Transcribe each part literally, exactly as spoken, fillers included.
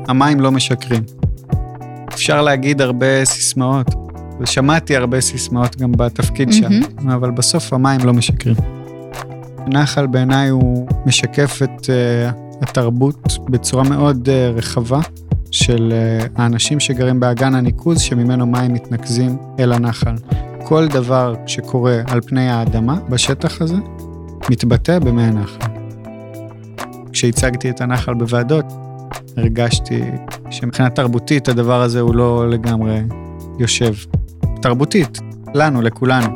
המים לא משקרים. אפשר להגיד הרבה סיסמאות, ושמעתי הרבה סיסמאות גם בתפקיד שם, mm-hmm. אבל בסוף המים לא משקרים. נחל בעיניי הוא משקף את uh, התרבות בצורה מאוד uh, רחבה, של uh, האנשים שגרים באגן הניקוז, שממנו מים מתנקזים אל הנחל. כל דבר שקורה על פני האדמה בשטח הזה, מתבטא במי הנחל. כשהצגתי את הנחל בוועדות, הרגשתי שמבחינה תרבותית הדבר הזה הוא לא לגמרי יושב. תרבותית, לנו, לכולנו.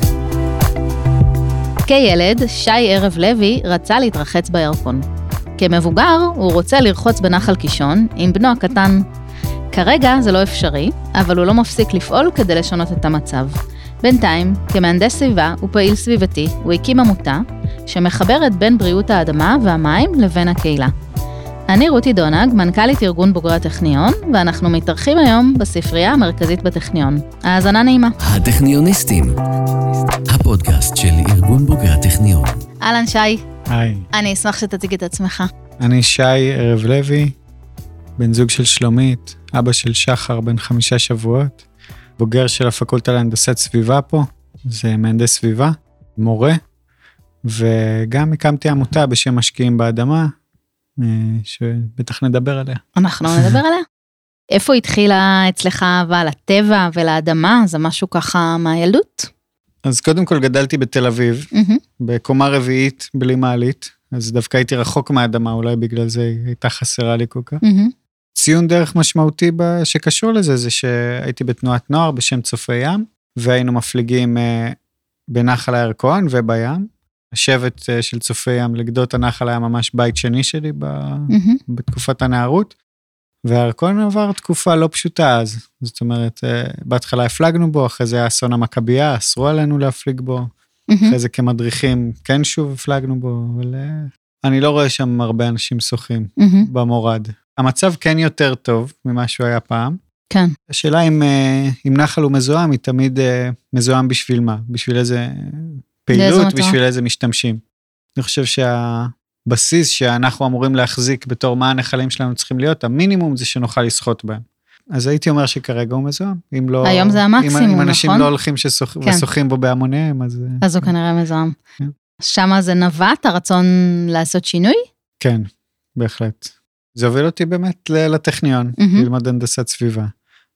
כילד, שי ערב לוי רצה להתרחץ בירקון. כמבוגר, הוא רוצה לרחוץ בנחל קישון עם בנו הקטן. כרגע זה לא אפשרי, אבל הוא לא מפסיק לפעול כדי לשנות את המצב. בינתיים, כמהנדס סביבה ופעיל סביבתי, הוא הקים עמותה שמחברת בין בריאות האדמה והמים לבין הקהילה. אני רותי דונג, מנכ"לית ארגון בוגרי הטכניון, ואנחנו מתארחים היום בספרייה המרכזית בטכניון. האזנה נעימה. הטכניוניסטים, הפודקאסט של ארגון בוגרי הטכניון. אהלן שי. היי. אני אשמח שתציג את עצמך. אני שי ערב לוי, בן זוג של שלומית, אבא של שחר בן חמישה שבועות, בוגר של הפקולטה להנדסת סביבה פה, זה מהנדס סביבה, מורה, וגם הקמתי עמותה בשם משקיעים באדמה, שבטח נדבר עליה. אנחנו נדבר עליה. איפה התחילה אצלך אהבה לטבע ולאדמה? זה משהו ככה מהילדות? אז קודם כל גדלתי בתל אביב, בקומה רביעית בלי מעלית, אז דווקא הייתי רחוק מהאדמה, אולי בגלל זה הייתה חסרה לי כל כך. ציון דרך משמעותי שקשור לזה, זה שהייתי בתנועת נוער בשם צופי ים, והיינו מפליגים בנחל הירקון ובים. השבט של צופי ים לגדות הנחל היה ממש בית שני שלי בתקופת הנערות, והירקון עבר תקופה לא פשוטה אז. זאת אומרת, בהתחלה הפלגנו בו, אחרי זה היה אסון המכבייה, אסרו עלינו להפליג בו, אחרי זה כמדריכים כן שוב הפלגנו בו, אבל אני לא רואה שם הרבה אנשים שוחים במורד. המצב כן יותר טוב ממה שהוא היה פעם. כן. השאלה אם, אם נחל הוא מזוהם, היא תמיד מזוהם בשביל מה? בשביל איזה פעילות, בשביל איזה משתמשים. אני חושב שהבסיס שאנחנו אמורים להחזיק בתור מה הנחלים שלנו צריכים להיות, המינימום זה שנוכל לשחות בהם. אז הייתי אומר שכרגע הוא מזוהם. אם לא, היום זה המקסימום, נכון? אם אנשים לא הולכים ששוח, כן. ושוחים בו בהמוניהם, אז... אז הוא כנראה מזוהם. כן. שמה זה נבט, הרצון לעשות שינוי? כן, בהחלט. זה הוביל אותי באמת לטכניון, mm-hmm. ללמוד הנדסת סביבה.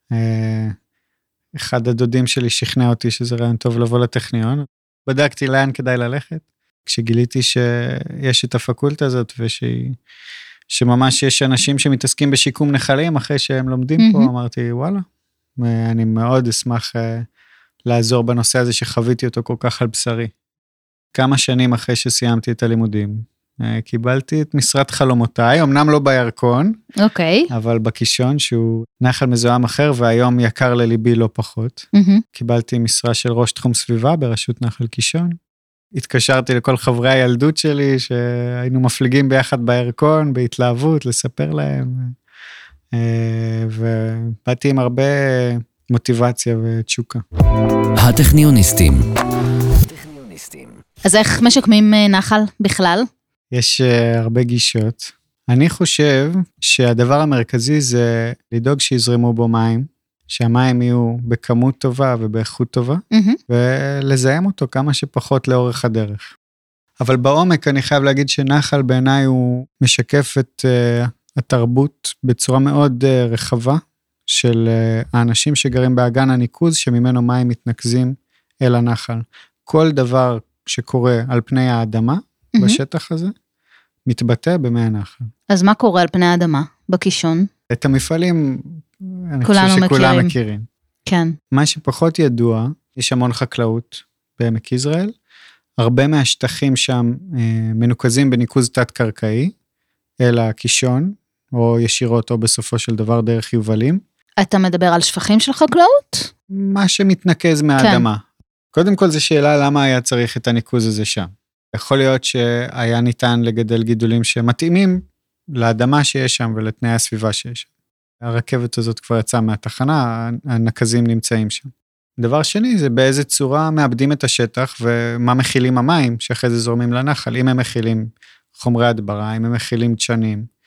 אחד הדודים שלי שכנע אותי שזה רעיון טוב לבוא לטכניון. בדקתי לאן כדאי ללכת. כשגיליתי שיש את הפקולטה הזאת, ושהיא, שממש יש אנשים שמתעסקים בשיקום נחלים, אחרי שהם לומדים mm-hmm. פה, אמרתי, וואלה, אני מאוד אשמח לעזור בנושא הזה שחוויתי אותו כל כך על בשרי. כמה שנים אחרי שסיימתי את הלימודים, קיבלתי את משרת חלומותיי, אמנם לא בירקון, okay. אבל בקישון, שהוא נחל מזוהם אחר, והיום יקר לליבי לא פחות. Mm-hmm. קיבלתי משרה של ראש תחום סביבה, ברשות נחל קישון. התקשרתי לכל חברי הילדות שלי, שהיינו מפליגים ביחד בירקון, בהתלהבות, לספר להם. ובאתי עם הרבה מוטיבציה ותשוקה. הטכניוניסטים. אז איך משקמים נחל בכלל? יש uh, הרבה גישות. אני חושב שהדבר המרכזי זה לדאוג שיזרמו בו מים, שהמים יהיו בכמות טובה ובאיכות טובה, mm-hmm. ולזהם אותו כמה שפחות לאורך הדרך. אבל בעומק אני חייב להגיד שנחל בעיניי הוא משקף את uh, התרבות בצורה מאוד uh, רחבה, של uh, האנשים שגרים באגן הניקוז, שממנו מים מתנקזים אל הנחל. כל דבר שקורה על פני האדמה, mm-hmm. בשטח הזה, מתבטא במי הנחל. אז מה קורה על פני האדמה, בקישון? את המפעלים, אני חושב שכולם מכירים. מכירים. כן. מה שפחות ידוע, יש המון חקלאות בעמק יזרעאל, הרבה מהשטחים שם אה, מנוקזים בניקוז תת-קרקעי, אל הקישון, או ישירות, או בסופו של דבר דרך יובלים. אתה מדבר על שפכים של חקלאות? מה שמתנקז מהאדמה. כן. קודם כל זו שאלה למה היה צריך את הניקוז הזה שם. יכול להיות שהיה ניתן לגדל גידולים שמתאימים לאדמה שיש שם ולתנאי הסביבה שיש שם. הרכבת הזאת כבר יצאה מהתחנה, הנקזים נמצאים שם. דבר שני זה באיזה צורה מאבדים את השטח ומה מכילים המים שאחרי זה זורמים לנחל. אם הם מכילים חומרי הדברה, אם הם מכילים דשנים,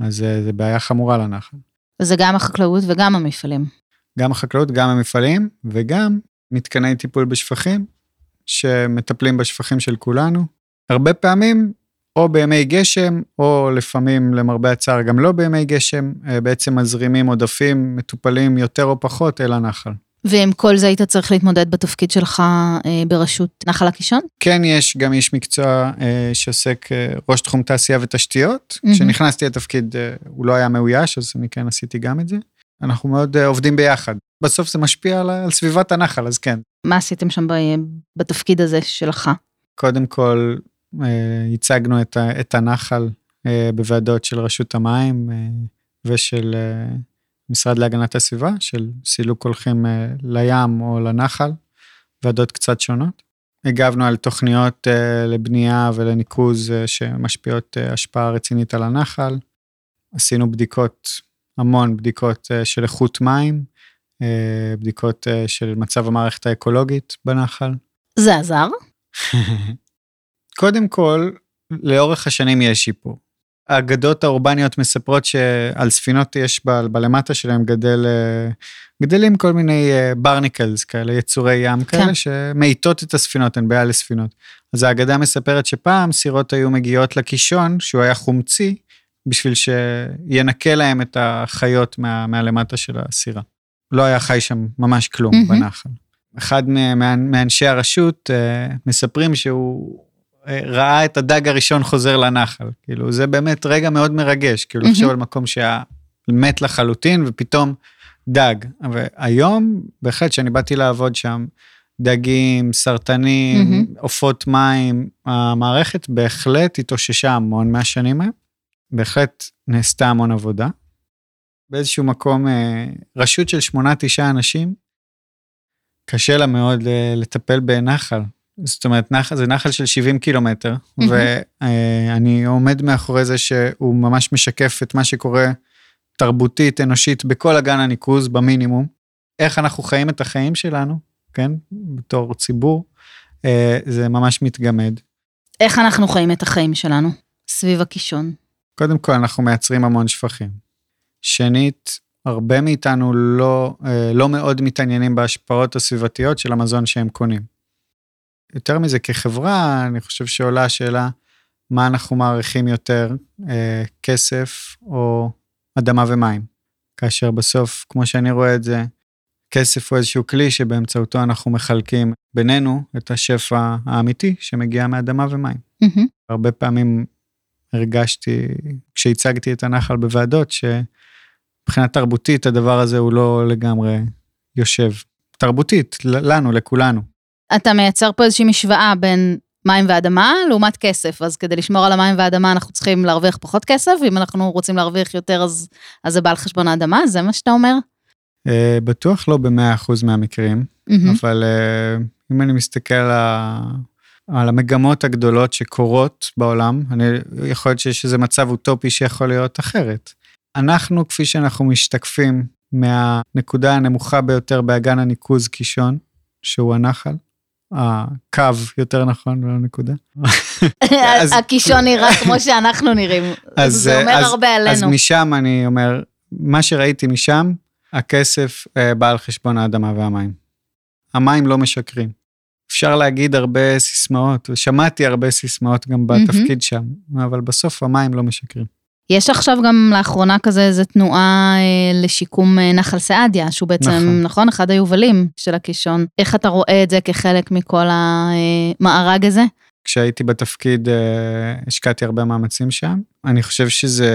אז זה בעיה חמורה לנחל. וזה גם החקלאות וגם המפעלים. גם החקלאות, גם המפעלים, וגם מתקני טיפול בשפחים, שמטפלים בשפחים של כולנו. הרבה פעמים, או בימי גשם, או לפעמים למרבה הצער, גם לא בימי גשם, בעצם מזרימים עודפים, מטופלים יותר או פחות אל הנחל. ועם כל זה היית צריך להתמודד בתפקיד שלך אה, בראשות נחל הקישון? כן, יש גם איש מקצוע אה, שעוסק אה, ראש תחום תעשייה ותשתיות. Mm-hmm. כשנכנסתי לתפקיד, אה, הוא לא היה מאויש, אז אני כן עשיתי גם את זה. אנחנו מאוד אה, עובדים ביחד. בסוף זה משפיע על, על סביבת הנחל, אז כן. מה עשיתם שם ב, בתפקיד הזה שלך? קודם כל, אה, הצגנו את, ה, את הנחל אה, בוועדות של רשות המים אה, ושל... אה, משרד להגנת הסביבה, של סילוק הולכים לים או לנחל, ועדות קצת שונות. הגבנו על תוכניות לבנייה ולניקוז שמשפיעות השפעה רצינית על הנחל. עשינו בדיקות, המון בדיקות של איכות מים, בדיקות של מצב המערכת האקולוגית בנחל. זה עזר? קודם כל, לאורך השנים יש שיפור. האגדות האורבניות מספרות שעל ספינות יש ב, בלמטה שלהם גדל, גדלים כל מיני ברניקלס כאלה, יצורי ים כאלה, כן. שמאיטות את הספינות, הן בעיה לספינות. אז האגדה מספרת שפעם סירות היו מגיעות לקישון, שהוא היה חומצי, בשביל שינקה להם את החיות מה, מהלמטה של הסירה. לא היה חי שם ממש כלום mm-hmm. בנחל. אחד מאנשי הרשות מספרים שהוא... ראה את הדג הראשון חוזר לנחל, כאילו, זה באמת רגע מאוד מרגש, כאילו, לחשוב על מקום שהיה מת לחלוטין, ופתאום דג, והיום, בהחלט, שאני באתי לעבוד שם, דגים, סרטנים, עופות מים, המערכת בהחלט התאוששה המון מהשנים האלה, בהחלט נעשתה המון עבודה, באיזשהו מקום, רשות של שמונה, תשעה אנשים, קשה לה מאוד לטפל בנחל, זאת אומרת, נחל, זה נחל של שבעים קילומטר, mm-hmm. ואני עומד מאחורי זה שהוא ממש משקף את מה שקורה תרבותית, אנושית, בכל אגן הניקוז, במינימום. איך אנחנו חיים את החיים שלנו, כן? בתור ציבור, זה ממש מתגמד. איך אנחנו חיים את החיים שלנו? סביב הקישון. קודם כל, אנחנו מייצרים המון שפחים. שנית, הרבה מאיתנו לא, לא מאוד מתעניינים בהשפעות הסביבתיות של המזון שהם קונים. יותר מזה, כחברה, אני חושב שעולה השאלה, מה אנחנו מעריכים יותר, אה, כסף או אדמה ומים. כאשר בסוף, כמו שאני רואה את זה, כסף הוא איזשהו כלי שבאמצעותו אנחנו מחלקים בינינו את השפע האמיתי שמגיע מאדמה ומים. Mm-hmm. הרבה פעמים הרגשתי, כשהצגתי את הנחל בוועדות, שבחינת תרבותית הדבר הזה הוא לא לגמרי יושב. תרבותית, לנו, לכולנו. אתה מייצר פה איזושהי משוואה בין מים ואדמה, לעומת כסף, אז כדי לשמור על המים ואדמה, אנחנו צריכים להרוויח פחות כסף, ואם אנחנו רוצים להרוויח יותר, אז, אז זה בא על חשבון האדמה, זה מה שאתה אומר? Uh, בטוח לא ב-מאה אחוז מהמקרים, mm-hmm. אבל uh, אם אני מסתכל על, על המגמות הגדולות שקורות בעולם, אני יכול להיות שיש איזה מצב אוטופי שיכול להיות אחרת. אנחנו, כפי שאנחנו משתקפים מהנקודה הנמוכה ביותר באגן הניקוז קישון, שהוא הנחל, הקו יותר נכון, ולא נקודה. הקישון נראה כמו שאנחנו נראים, זה אומר הרבה עלינו. אז משם אני אומר, מה שראיתי משם, הכסף בא על חשבון האדמה והמים. המים לא משקרים. אפשר להגיד הרבה סיסמאות, ושמעתי הרבה סיסמאות גם בתפקיד שם, אבל בסוף המים לא משקרים. יש עכשיו גם לאחרונה כזה איזו תנועה לשיקום נחל סעדיה, שהוא בעצם, נכון, נכון אחד היובלים של הקישון. איך אתה רואה את זה כחלק מכל המארג הזה? כשהייתי בתפקיד, השקעתי הרבה מאמצים שם. אני חושב שזה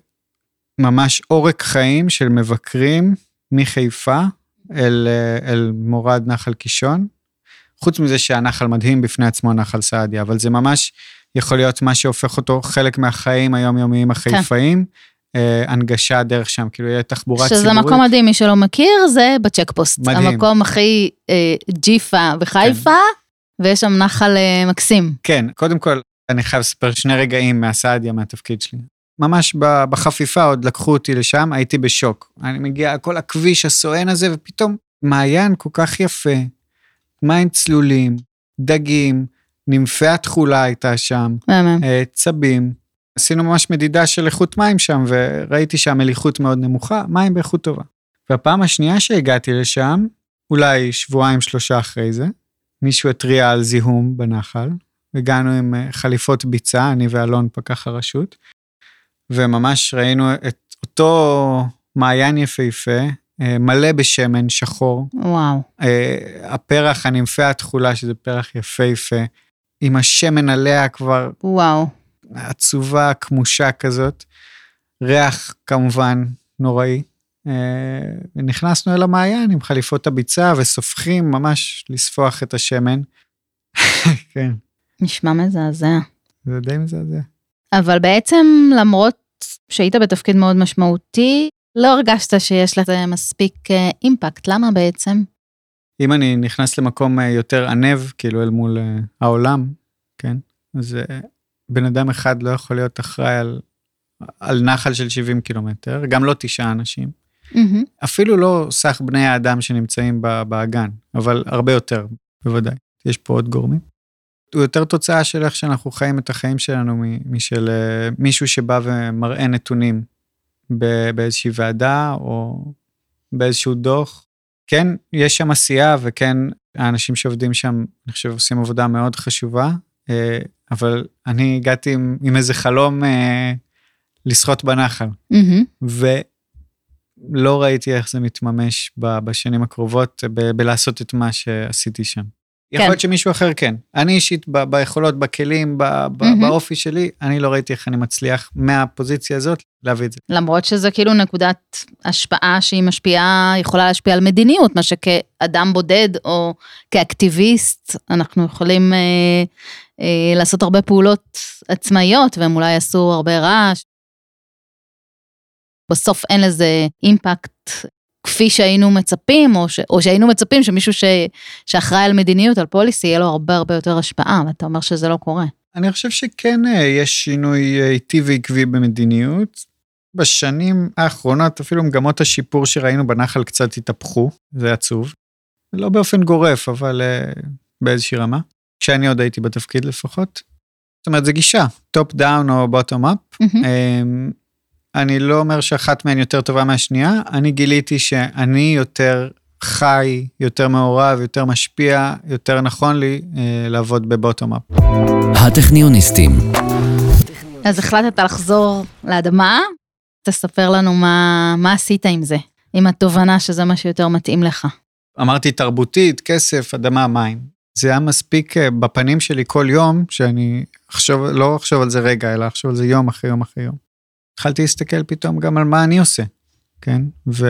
ממש עורק חיים של מבקרים מחיפה אל, אל מורד נחל קישון. חוץ מזה שהנחל מדהים בפני עצמו נחל סעדיה, אבל זה ממש יכול להיות מה שהופך אותו חלק מהחיים היומיומיים החיפאים, אה, הנגשה דרך שם, כאילו יהיה תחבורה שזה ציבורית. שזה מקום מדהים, מי שלא מכיר, זה בצ'קפוסט. מדהים. המקום הכי אה, ג'יפה בחיפה, כן. ויש שם נחל אה, מקסים. כן, קודם כל, אני חייב לספר שני רגעים מהסעדיה, מהתפקיד שלי. ממש בחפיפה עוד לקחו אותי לשם, הייתי בשוק. אני מגיע כל הכביש הסואן הזה, ופתאום מעיין כל כך יפה, מים צלולים, דגים, נמפי התחולה הייתה שם, צבים, עשינו ממש מדידה של איכות מים שם, וראיתי שהמליחות מאוד נמוכה, מים באיכות טובה. והפעם השנייה שהגעתי לשם, אולי שבועיים שלושה אחרי זה, מישהו התריע על זיהום בנחל, הגענו עם חליפות ביצה, אני ואלון פקח הרשות, וממש ראינו את אותו מעיין יפהפה, מלא בשמן שחור. וואו. הפרח, הנמפה התחולה, שזה פרח יפהפה, עם השמן עליה כבר... וואו. עצובה, כמושה כזאת. ריח כמובן נוראי. ונכנסנו אל המעיין עם חליפות הביצה, וסופחים ממש לספוח את השמן. כן. נשמע מזעזע. זה די מזעזע. אבל בעצם, למרות שהיית בתפקיד מאוד משמעותי, לא הרגשת שיש לזה מספיק אימפקט. למה בעצם? אם אני נכנס למקום יותר ענב, כאילו אל מול העולם, כן? אז בן אדם אחד לא יכול להיות אחראי על, על נחל של שבעים קילומטר, גם לא תשעה אנשים. Mm-hmm. אפילו לא סך בני האדם שנמצאים באגן, אבל הרבה יותר, בוודאי. יש פה עוד גורמים. הוא יותר תוצאה של איך שאנחנו חיים את החיים שלנו, משל מישהו שבא ומראה נתונים באיזושהי ועדה, או באיזשהו דוח. כן, יש שם עשייה, וכן, האנשים שעובדים שם, אני חושב, עושים עבודה מאוד חשובה, אבל אני הגעתי עם, עם איזה חלום לשחות בנחל, mm-hmm. ולא ראיתי איך זה מתממש בשנים הקרובות, ב- בלעשות את מה שעשיתי שם. יכול להיות שמישהו אחר כן. אני אישית ב- ביכולות, בכלים, ב- ב- mm-hmm. באופי שלי, אני לא ראיתי איך אני מצליח מהפוזיציה הזאת להביא את זה. למרות שזה כאילו נקודת השפעה שהיא משפיעה, יכולה להשפיע על מדיניות, מה שכאדם בודד או כאקטיביסט, אנחנו יכולים אה, אה, לעשות הרבה פעולות עצמאיות, והם אולי יעשו הרבה רעש. בסוף אין לזה אימפקט כפי שהיינו מצפים, או, ש, או שהיינו מצפים שמישהו ש, שאחראי על מדיניות, על פוליסי, יהיה לו הרבה הרבה יותר השפעה, ואתה אומר שזה לא קורה. אני חושב שכן יש שינוי איטי ועקבי במדיניות. בשנים האחרונות, אפילו מגמות השיפור שראינו בנחל קצת התהפכו, זה עצוב. לא באופן גורף, אבל uh, באיזושהי רמה. כשאני עוד הייתי בתפקיד לפחות. זאת אומרת, זה גישה, טופ דאון או בוטום אפ. Mm-hmm. Um, אני לא אומר שאחת מהן יותר טובה מהשנייה, אני גיליתי שאני יותר חי, יותר מעורב, יותר משפיע, יותר נכון לי אה, לעבוד בבוטום אפ. הטכניוניסטים. אז החלטת לחזור לאדמה, תספר לנו מה, מה עשית עם זה, עם התובנה שזה מה שיותר מתאים לך. אמרתי תרבותית, כסף, אדמה, מים. זה היה מספיק בפנים שלי כל יום, שאני אחשוב, לא אחשוב על זה רגע, אלא אחשוב על זה יום אחרי יום אחרי יום. התחלתי להסתכל פתאום גם על מה אני עושה, כן?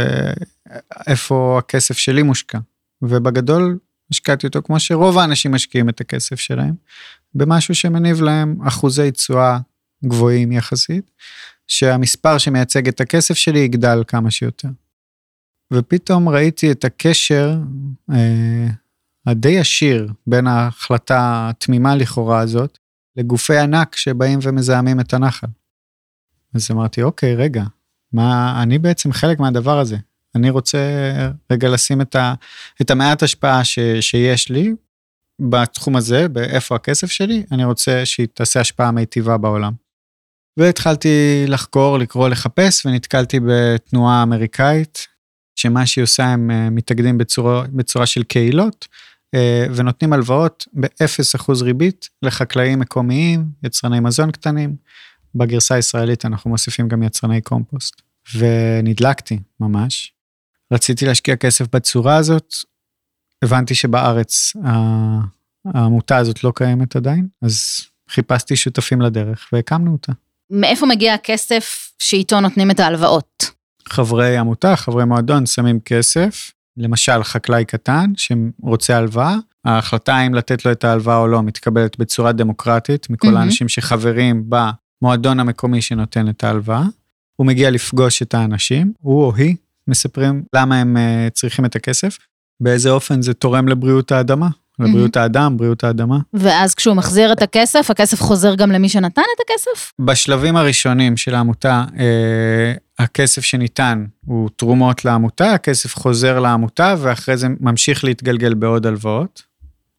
ואיפה הכסף שלי מושקע. ובגדול השקעתי אותו כמו שרוב האנשים משקיעים את הכסף שלהם, במשהו שמניב להם אחוזי תשואה גבוהים יחסית, שהמספר שמייצג את הכסף שלי יגדל כמה שיותר. ופתאום ראיתי את הקשר אה, הדי ישיר בין ההחלטה התמימה לכאורה הזאת, לגופי ענק שבאים ומזהמים את הנחל. אז אמרתי, אוקיי, רגע, מה, אני בעצם חלק מהדבר הזה. אני רוצה רגע לשים את, ה, את המעט השפעה ש, שיש לי בתחום הזה, באיפה הכסף שלי, אני רוצה שהיא תעשה השפעה מיטיבה בעולם. והתחלתי לחקור, לקרוא, לחפש, ונתקלתי בתנועה אמריקאית, שמה שהיא עושה הם מתאגדים בצורה, בצורה של קהילות, ונותנים הלוואות ב-אפס אחוז ריבית לחקלאים מקומיים, יצרני מזון קטנים, בגרסה הישראלית אנחנו מוסיפים גם יצרני קומפוסט, ונדלקתי ממש. רציתי להשקיע כסף בצורה הזאת, הבנתי שבארץ העמותה הזאת לא קיימת עדיין, אז חיפשתי שותפים לדרך והקמנו אותה. מאיפה מגיע הכסף שאיתו נותנים את ההלוואות? חברי עמותה, חברי מועדון שמים כסף, למשל חקלאי קטן שרוצה הלוואה, ההחלטה אם לתת לו את ההלוואה או לא מתקבלת בצורה דמוקרטית, מכל האנשים שחברים במועדון המקומי שנותן את ההלוואה, הוא מגיע לפגוש את האנשים, הוא או היא מספרים למה הם צריכים את הכסף, באיזה אופן זה תורם לבריאות האדמה, לבריאות האדם, בריאות האדמה. ואז כשהוא מחזיר את הכסף, הכסף חוזר גם למי שנתן את הכסף? בשלבים הראשונים של העמותה, אה, הכסף שניתן הוא תרומות לעמותה, הכסף חוזר לעמותה, ואחרי זה ממשיך להתגלגל בעוד הלוואות,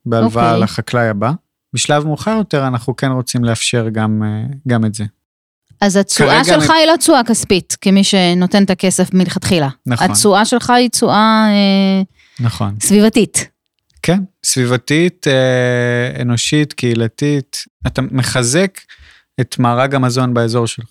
בהלוואה okay. לחקלאי הבא. בשלב מאוחר יותר אנחנו כן רוצים לאפשר גם, גם את זה. אז התשואה שלך היא לא תשואה כספית, כמי שנותן את הכסף מלכתחילה. נכון. התשואה שלך היא תשואה נכון. סביבתית. כן, סביבתית, אנושית, קהילתית. אתה מחזק את מארג המזון באזור שלך.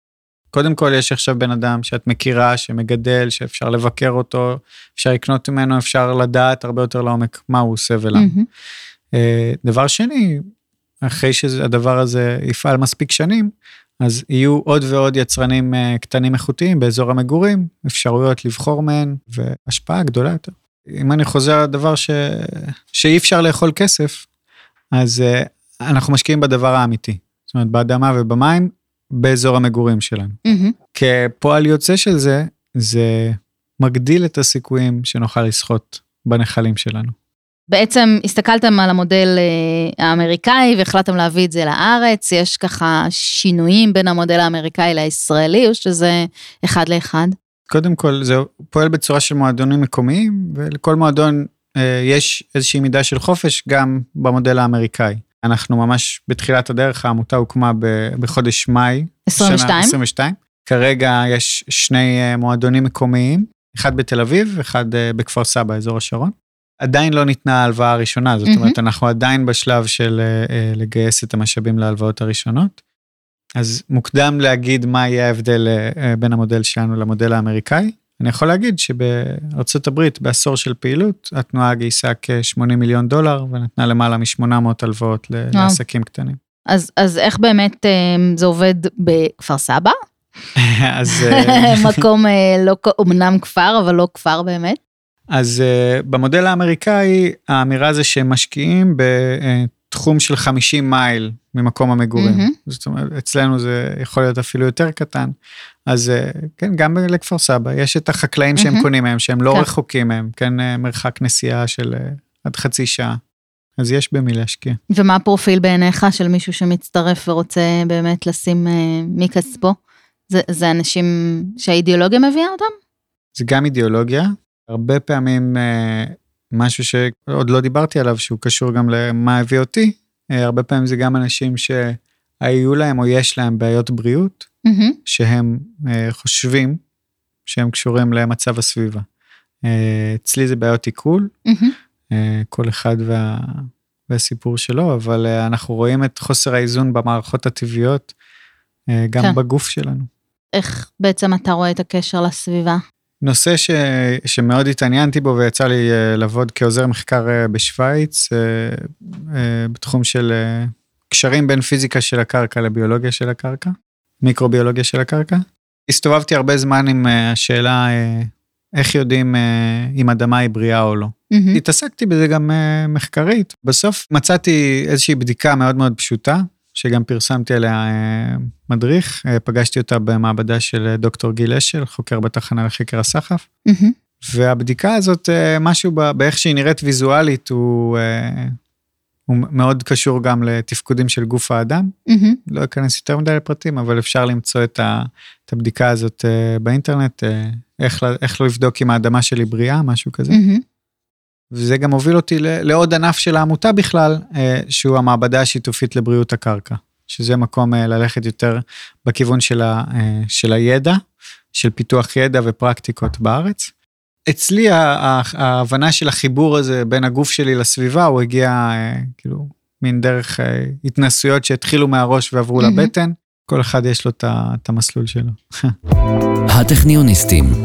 קודם כל יש עכשיו בן אדם שאת מכירה, שמגדל, שאפשר לבקר אותו, אפשר לקנות ממנו, אפשר לדעת הרבה יותר לעומק מה הוא עושה ולמה. Mm-hmm. דבר שני, אחרי שהדבר הזה יפעל מספיק שנים, אז יהיו עוד ועוד יצרנים קטנים איכותיים באזור המגורים, אפשרויות לבחור מהן, והשפעה גדולה יותר. אם אני חוזר לדבר ש... שאי אפשר לאכול כסף, אז אנחנו משקיעים בדבר האמיתי. זאת אומרת, באדמה ובמים, באזור המגורים שלנו. Mm-hmm. כפועל יוצא של זה, זה מגדיל את הסיכויים שנוכל לשחות בנחלים שלנו. בעצם הסתכלתם על המודל האמריקאי, והחלטתם להביא את זה לארץ, יש ככה שינויים בין המודל האמריקאי לישראלי, או שזה אחד לאחד? קודם כל, זה פועל בצורה של מועדונים מקומיים, ולכל מועדון יש איזושהי מידה של חופש, גם במודל האמריקאי. אנחנו ממש בתחילת הדרך, העמותה הוקמה בחודש מאי. עשרים ושתיים. עשרים ושתיים. כרגע יש שני מועדונים מקומיים, אחד בתל אביב, אחד בכפר סבא, אזור השרון. עדיין לא ניתנה ההלוואה הראשונה, זאת אומרת, אנחנו עדיין בשלב של לגייס את המשאבים להלוואות הראשונות. אז מוקדם להגיד מה יהיה ההבדל בין המודל שלנו למודל האמריקאי. אני יכול להגיד שבארצות הברית, בעשור של פעילות, התנועה גייסה כ-שמונים מיליון דולר, ונתנה למעלה מ-שמונה מאות הלוואות לעסקים קטנים. אז, אז איך באמת זה עובד בכפר סבא? אז... מקום לא, אומנם כפר, אבל לא כפר באמת. אז במודל האמריקאי, האמירה זה שהם משקיעים בתחום של חמישים מייל ממקום המגורים. Mm-hmm. זאת אומרת, אצלנו זה יכול להיות אפילו יותר קטן. אז כן, גם לכפר סבא, יש את החקלאים שהם mm-hmm. קונים מהם, שהם לא כן. רחוקים מהם, כן, מרחק נסיעה של עד חצי שעה. אז יש במי להשקיע. ומה הפרופיל בעיניך של מישהו שמצטרף ורוצה באמת לשים מכספו? זה, זה אנשים שהאידיאולוגיה מביאה אותם? זה גם אידיאולוגיה. הרבה פעמים משהו שעוד לא דיברתי עליו, שהוא קשור גם למה הביא אותי, הרבה פעמים זה גם אנשים שהיו להם או יש להם בעיות בריאות, mm-hmm. שהם חושבים שהם קשורים למצב הסביבה. אצלי זה בעיות עיכול, mm-hmm. כל אחד וה, והסיפור שלו, אבל אנחנו רואים את חוסר האיזון במערכות הטבעיות, גם כן. בגוף שלנו. איך בעצם אתה רואה את הקשר לסביבה? נושא ש, שמאוד התעניינתי בו, ויצא לי לעבוד כעוזר מחקר בשוויץ, בתחום של קשרים בין פיזיקה של הקרקע לביולוגיה של הקרקע, מיקרוביולוגיה של הקרקע. הסתובבתי הרבה זמן עם השאלה, איך יודעים אם אדמה היא בריאה או לא. Mm-hmm. התעסקתי בזה גם מחקרית. בסוף מצאתי איזושהי בדיקה מאוד מאוד פשוטה, שגם פרסמתי עליה מדריך, פגשתי אותה במעבדה של דוקטור גיל אשל, חוקר בתחנה לחקר הסחף, mm-hmm. והבדיקה הזאת, משהו באיך שהיא נראית ויזואלית, הוא, הוא מאוד קשור גם לתפקודים של גוף האדם, mm-hmm. לא אכנס יותר מדי לפרטים, אבל אפשר למצוא את, ה, את הבדיקה הזאת באינטרנט, איך, איך לא לבדוק אם האדמה שלי בריאה, משהו כזה. Mm-hmm. וזה גם הוביל אותי לעוד ענף של העמותה בכלל, שהוא המעבדה השיתופית לבריאות הקרקע, שזה מקום ללכת יותר בכיוון של, ה, של הידע, של פיתוח ידע ופרקטיקות בארץ. אצלי ההבנה של החיבור הזה בין הגוף שלי לסביבה, הוא הגיע כאילו מין דרך התנסויות שהתחילו מהראש ועברו mm-hmm. לבטן, כל אחד יש לו את המסלול שלו. הטכניוניסטים.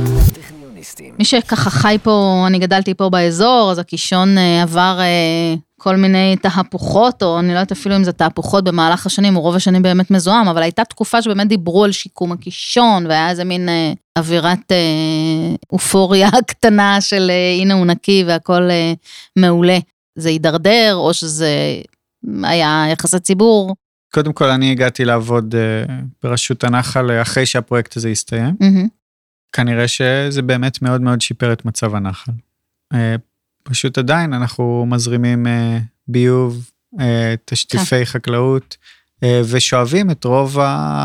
מי שככה חי פה, אני גדלתי פה באזור, אז הקישון עבר כל מיני תהפוכות, או אני לא יודעת אפילו אם זה תהפוכות במהלך השנים, או רוב השנים באמת מזוהם, אבל הייתה תקופה שבאמת דיברו על שיקום הקישון, והיה איזה מין אווירת אופוריה קטנה של הנה הוא נקי והכל מעולה. זה יידרדר, או שזה היה יחסי ציבור? קודם כל אני הגעתי לעבוד ברשות הנחל אחרי שהפרויקט הזה הסתיים. Mm-hmm. כנראה שזה באמת מאוד מאוד שיפר את מצב הנחל. פשוט עדיין אנחנו מזרימים ביוב, תשטיפי חקלאות, ושואבים את רוב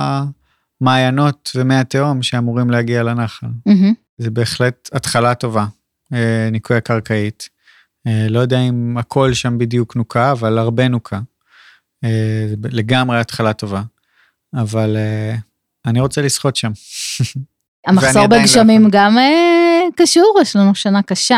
המעיינות ומי התהום שאמורים להגיע לנחל. זה בהחלט התחלה טובה, ניקוי הקרקעית. לא יודע אם הכל שם בדיוק נוקה, אבל הרבה נוקה. לגמרי התחלה טובה. אבל אני רוצה לשחות שם. המחסור בגשמים גם קשור, יש לנו שנה קשה.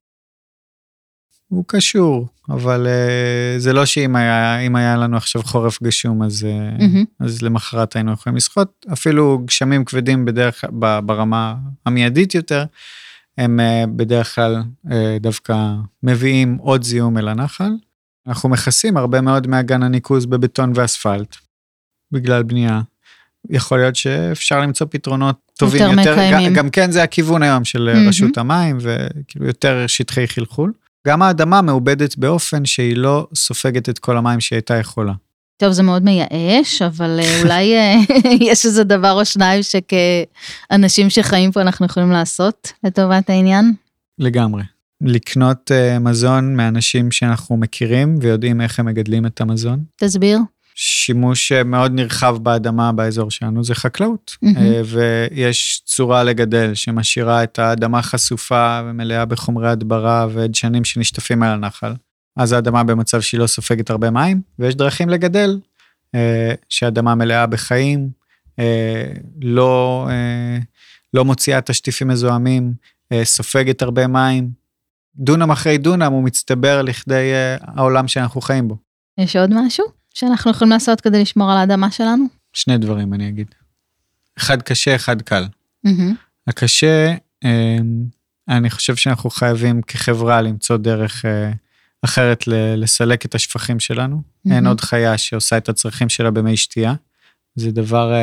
הוא קשור, אבל זה לא שאם היה, אם היה לנו עכשיו חורף גשום, אז, mm-hmm. אז למחרת היינו יכולים לשחות. אפילו גשמים כבדים בדרך, ברמה המיידית יותר, הם בדרך כלל דווקא מביאים עוד זיהום אל הנחל. אנחנו מכסים הרבה מאוד מהגן הניקוז בבטון ואספלט, בגלל בנייה. יכול להיות שאפשר למצוא פתרונות טובים יותר. יותר גם, גם כן זה הכיוון היום של mm-hmm. רשות המים, וכאילו יותר שטחי חלחול. גם האדמה מעובדת באופן שהיא לא סופגת את כל המים שהיא הייתה יכולה. טוב, זה מאוד מייאש, אבל אולי יש איזה דבר או שניים שכאנשים שחיים פה אנחנו יכולים לעשות לטובת העניין? לגמרי. לקנות מזון מאנשים שאנחנו מכירים ויודעים איך הם מגדלים את המזון. תסביר. שימוש מאוד נרחב באדמה באזור שלנו, זה חקלאות. Mm-hmm. ויש צורה לגדל שמשאירה את האדמה חשופה ומלאה בחומרי הדברה ודשנים שנשטפים על הנחל. אז האדמה במצב שהיא לא סופגת הרבה מים, ויש דרכים לגדל שהאדמה מלאה בחיים, לא, לא מוציאה תשטיפים מזוהמים, סופגת הרבה מים. דונם אחרי דונם הוא מצטבר לכדי העולם שאנחנו חיים בו. יש עוד משהו שאנחנו יכולים לעשות כדי לשמור על האדמה שלנו? שני דברים אני אגיד. אחד קשה, אחד קל. Mm-hmm. הקשה, אני חושב שאנחנו חייבים כחברה למצוא דרך אחרת לסלק את השפכים שלנו. Mm-hmm. אין עוד חיה שעושה את הצרכים שלה במי שתייה. זה דבר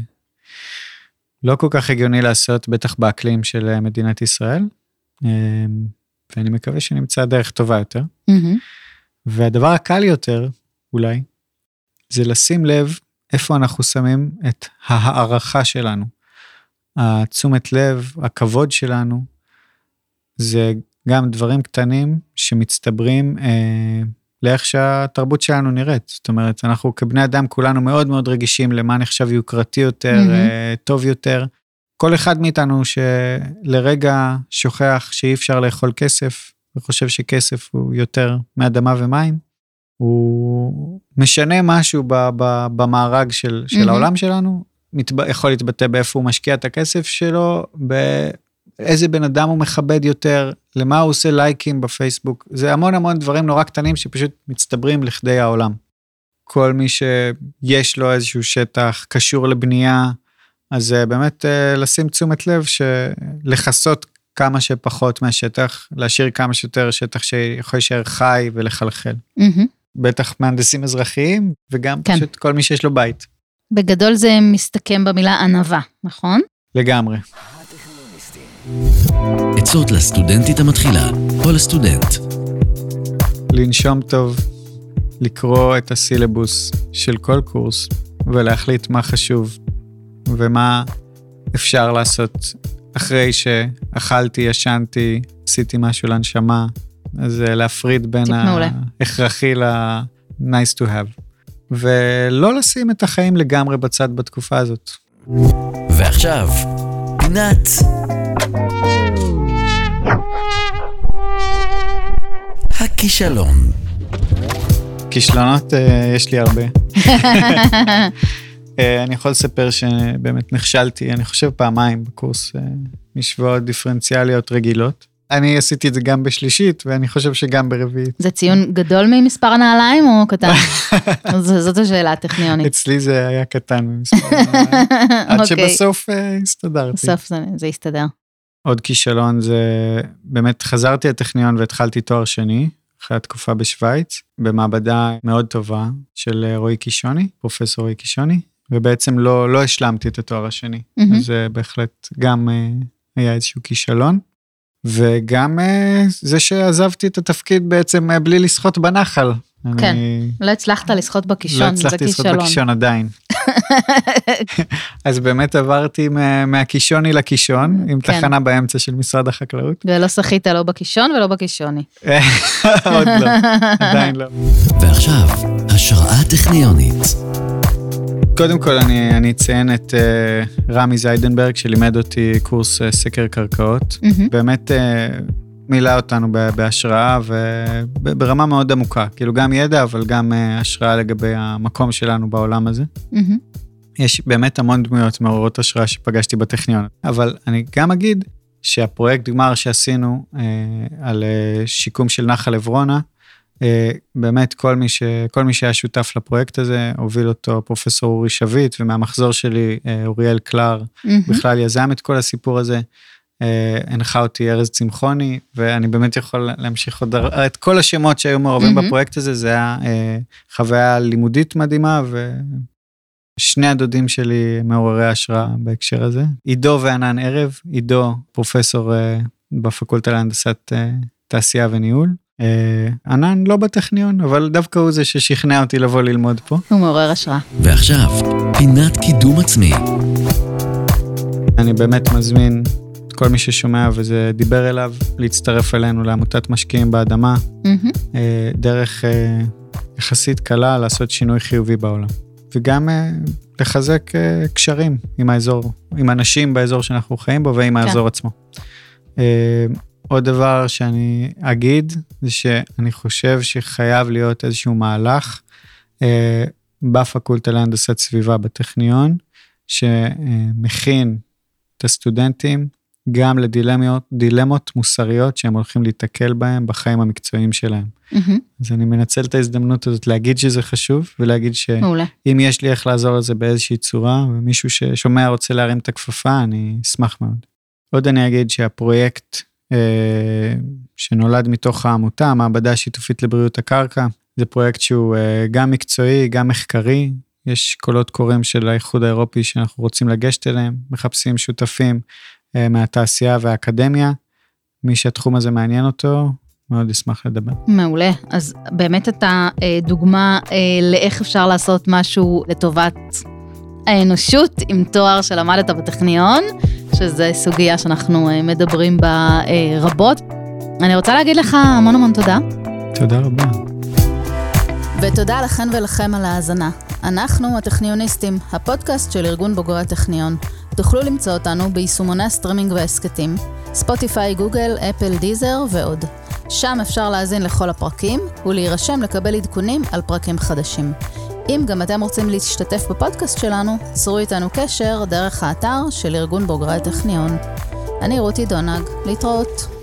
לא כל כך הגיוני לעשות, בטח באקלים של מדינת ישראל. ואני מקווה שנמצא דרך טובה יותר. Mm-hmm. והדבר הקל יותר, אולי, זה לשים לב איפה אנחנו שמים את ההערכה שלנו. התשומת לב, הכבוד שלנו, זה גם דברים קטנים שמצטברים אה, לאיך שהתרבות שלנו נראית. זאת אומרת, אנחנו כבני אדם כולנו מאוד מאוד רגישים למה נחשב יוקרתי יותר, mm-hmm. אה, טוב יותר. כל אחד מאיתנו שלרגע שוכח שאי אפשר לאכול כסף, וחושב שכסף הוא יותר מאדמה ומים, הוא משנה משהו ב- ב- במארג של, של mm-hmm. העולם שלנו, מתב... יכול להתבטא באיפה הוא משקיע את הכסף שלו, באיזה בן אדם הוא מכבד יותר, למה הוא עושה לייקים בפייסבוק, זה המון המון דברים נורא קטנים שפשוט מצטברים לכדי העולם. כל מי שיש לו איזשהו שטח קשור לבנייה, אז באמת לשים תשומת לב שלחסות כמה שפחות מהשטח, להשאיר כמה שיותר שטח שיכול להישאר חי ולחלחל. Mm-hmm. בטח מהנדסים אזרחיים, וגם כן. פשוט כל מי שיש לו בית. בגדול זה מסתכם במילה ענווה, נכון? לגמרי. עצות לסטודנטית המתחילה, או לסטודנט. לנשום טוב, לקרוא את הסילבוס של כל קורס, ולהחליט מה חשוב, ומה אפשר לעשות אחרי שאכלתי, ישנתי, עשיתי משהו לנשמה, אז להפריד בין ההכרחי ל-nice to have. ולא לשים את החיים לגמרי בצד בתקופה הזאת. ועכשיו, פינת. הכישלון. כישלונות יש לי הרבה. אני יכול לספר שבאמת נכשלתי, אני חושב פעמיים בקורס משוואות דיפרנציאליות רגילות. אני עשיתי את זה גם בשלישית, ואני חושב שגם ברביעית. זה ציון גדול ממספר הנעליים או קטן? זאת השאלה הטכניונית. אצלי זה היה קטן ממספר הנעליים. עד שבסוף הסתדרתי. בסוף זה הסתדר. עוד כישלון זה, באמת חזרתי לטכניון והתחלתי תואר שני, אחרי התקופה בשוויץ, במעבדה מאוד טובה של רועי קישוני, פרופסור רועי קישוני, ובעצם לא, לא השלמתי את התואר השני. אז זה בהחלט גם היה איזשהו כישלון. וגם זה שעזבתי את התפקיד בעצם בלי לשחות בנחל. כן, אני... לא הצלחת לשחות בקישון, לא הצלחתי לשחות בקישון עדיין. אז באמת עברתי מהקישוני לקישון, עם כן. תחנה באמצע של משרד החקלאות. ולא שחית לא בקישון ולא בקישוני. עוד לא, עדיין לא. ועכשיו, השראה טכניונית. קודם כל אני, אני אציין את uh, רמי זיידנברג, שלימד אותי קורס uh, סקר קרקעות. Mm-hmm. באמת uh, מילה אותנו בהשראה וברמה מאוד עמוקה. כאילו גם ידע, אבל גם uh, השראה לגבי המקום שלנו בעולם הזה. Mm-hmm. יש באמת המון דמויות מעוררות השראה שפגשתי בטכניון, אבל אני גם אגיד שהפרויקט גמר שעשינו אה, על אה, שיקום של נחל עברונה, אה, באמת כל מי, ש, כל מי שהיה שותף לפרויקט הזה, הוביל אותו פרופסור אורי שביט, ומהמחזור שלי אה, אוריאל קלר, mm-hmm. בכלל יזם את כל הסיפור הזה, אה, הנחה אותי ארז צמחוני, ואני באמת יכול להמשיך עוד, את כל השמות שהיו מעורבים mm-hmm. בפרויקט הזה, זה היה אה, חוויה לימודית מדהימה, ו... שני הדודים שלי מעוררי השראה בהקשר הזה. עידו וענן ערב, עידו פרופסור uh, בפקולטה להנדסת uh, תעשייה וניהול. Uh, ענן לא בטכניון, אבל דווקא הוא זה ששכנע אותי לבוא ללמוד פה. הוא מעורר השראה. ועכשיו, פינת קידום עצמי. אני באמת מזמין את כל מי ששומע וזה דיבר אליו, להצטרף אלינו לעמותת משקיעים באדמה, mm-hmm. uh, דרך uh, יחסית קלה לעשות שינוי חיובי בעולם. וגם uh, לחזק uh, קשרים עם האזור, עם אנשים באזור שאנחנו חיים בו, ועם כן. האזור עצמו. Uh, עוד דבר שאני אגיד, זה שאני חושב שחייב להיות איזשהו מהלך, uh, בפקולטה להנדסת סביבה בטכניון, שמכין את הסטודנטים, גם לדילמות, דילמות מוסריות, שהם הולכים להתקל בהם, בחיים המקצועיים שלהם. Mm-hmm. אז אני מנצל את ההזדמנות הזאת להגיד שזה חשוב, ולהגיד שאם יש לי איך לעזור לזה באיזושהי צורה, ומישהו ששומע רוצה להרים את הכפפה, אני אשמח מאוד. עוד אני אגיד שהפרויקט אה, שנולד מתוך העמותה, המעבדה השיתופית לבריאות הקרקע, זה פרויקט שהוא אה, גם מקצועי, גם מחקרי, יש קולות קוראים של האיחוד האירופי שאנחנו רוצים לגשת אליהם, מחפשים שותפים אה, מהתעשייה והאקדמיה, מי שהתחום הזה מעניין אותו, מאוד אשמח לדבר. מעולה. אז באמת אתה דוגמה לאיך אפשר לעשות משהו לטובת האנושות עם תואר שלמדת בטכניון, שזה סוגיה שאנחנו מדברים בה רבות. אני רוצה להגיד לך המון המון תודה. תודה רבה. ותודה לכן ולכם על ההאזנה. אנחנו הטכניוניסטים, הפודקאסט של ארגון בוגרי הטכניון. תוכלו למצוא אותנו ביישומוני הסטרימינג והעסקתים, ספוטיפיי, גוגל, אפל, דיזר ועוד. שם אפשר להאזין לכל הפרקים ולהירשם לקבל עדכונים על פרקים חדשים. אם גם אתם רוצים להשתתף בפודקאסט שלנו, צרו איתנו קשר דרך האתר של ארגון בוגרי הטכניון. אני רותי דונג, להתראות.